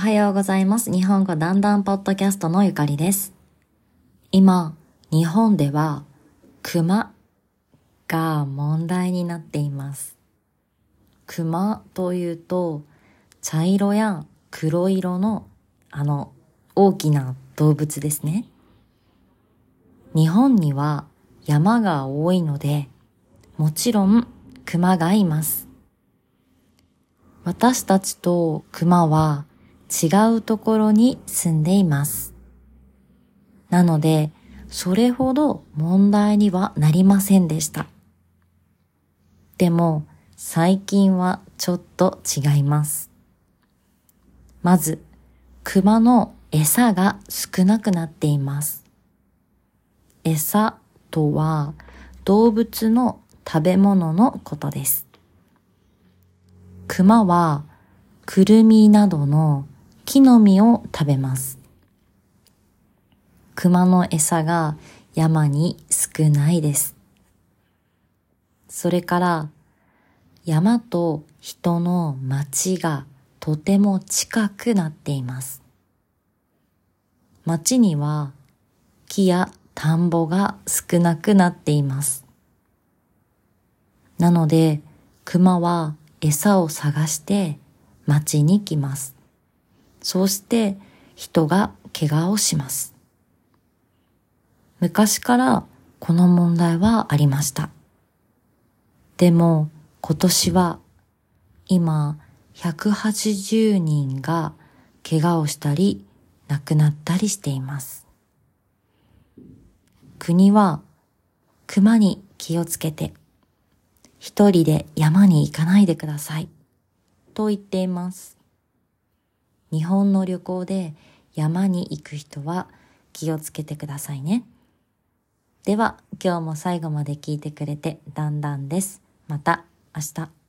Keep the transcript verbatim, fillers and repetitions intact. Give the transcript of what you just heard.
おはようございます。日本語だんだんポッドキャストのゆかりです。今、日本ではクマが問題になっています。クマというと茶色や黒色のあの大きな動物ですね。日本には山が多いので、もちろんクマがいます。私たちとクマは違うところに住んでいます。なので、それほど問題にはなりませんでした。でも、最近はちょっと違います。まず、クマの餌が少なくなっています。餌とは動物の食べ物のことです。クマはクルミなどの木の実を食べます。クマの餌が山に少ないです。それから山と人の町がとても近くなっています。町には木や田んぼが少なくなっています。なので、クマは餌を探して町に来ます。そうして人が怪我をします。昔からこの問題はありました。でも今年は今ひゃくはちじゅうにんが怪我をしたり亡くなったりしています。国はクマに気をつけて一人で山に行かないでくださいと言っています。日本の旅行で山に行く人は気をつけてくださいね。では今日も最後まで聞いてくれてだんだんです。また明日。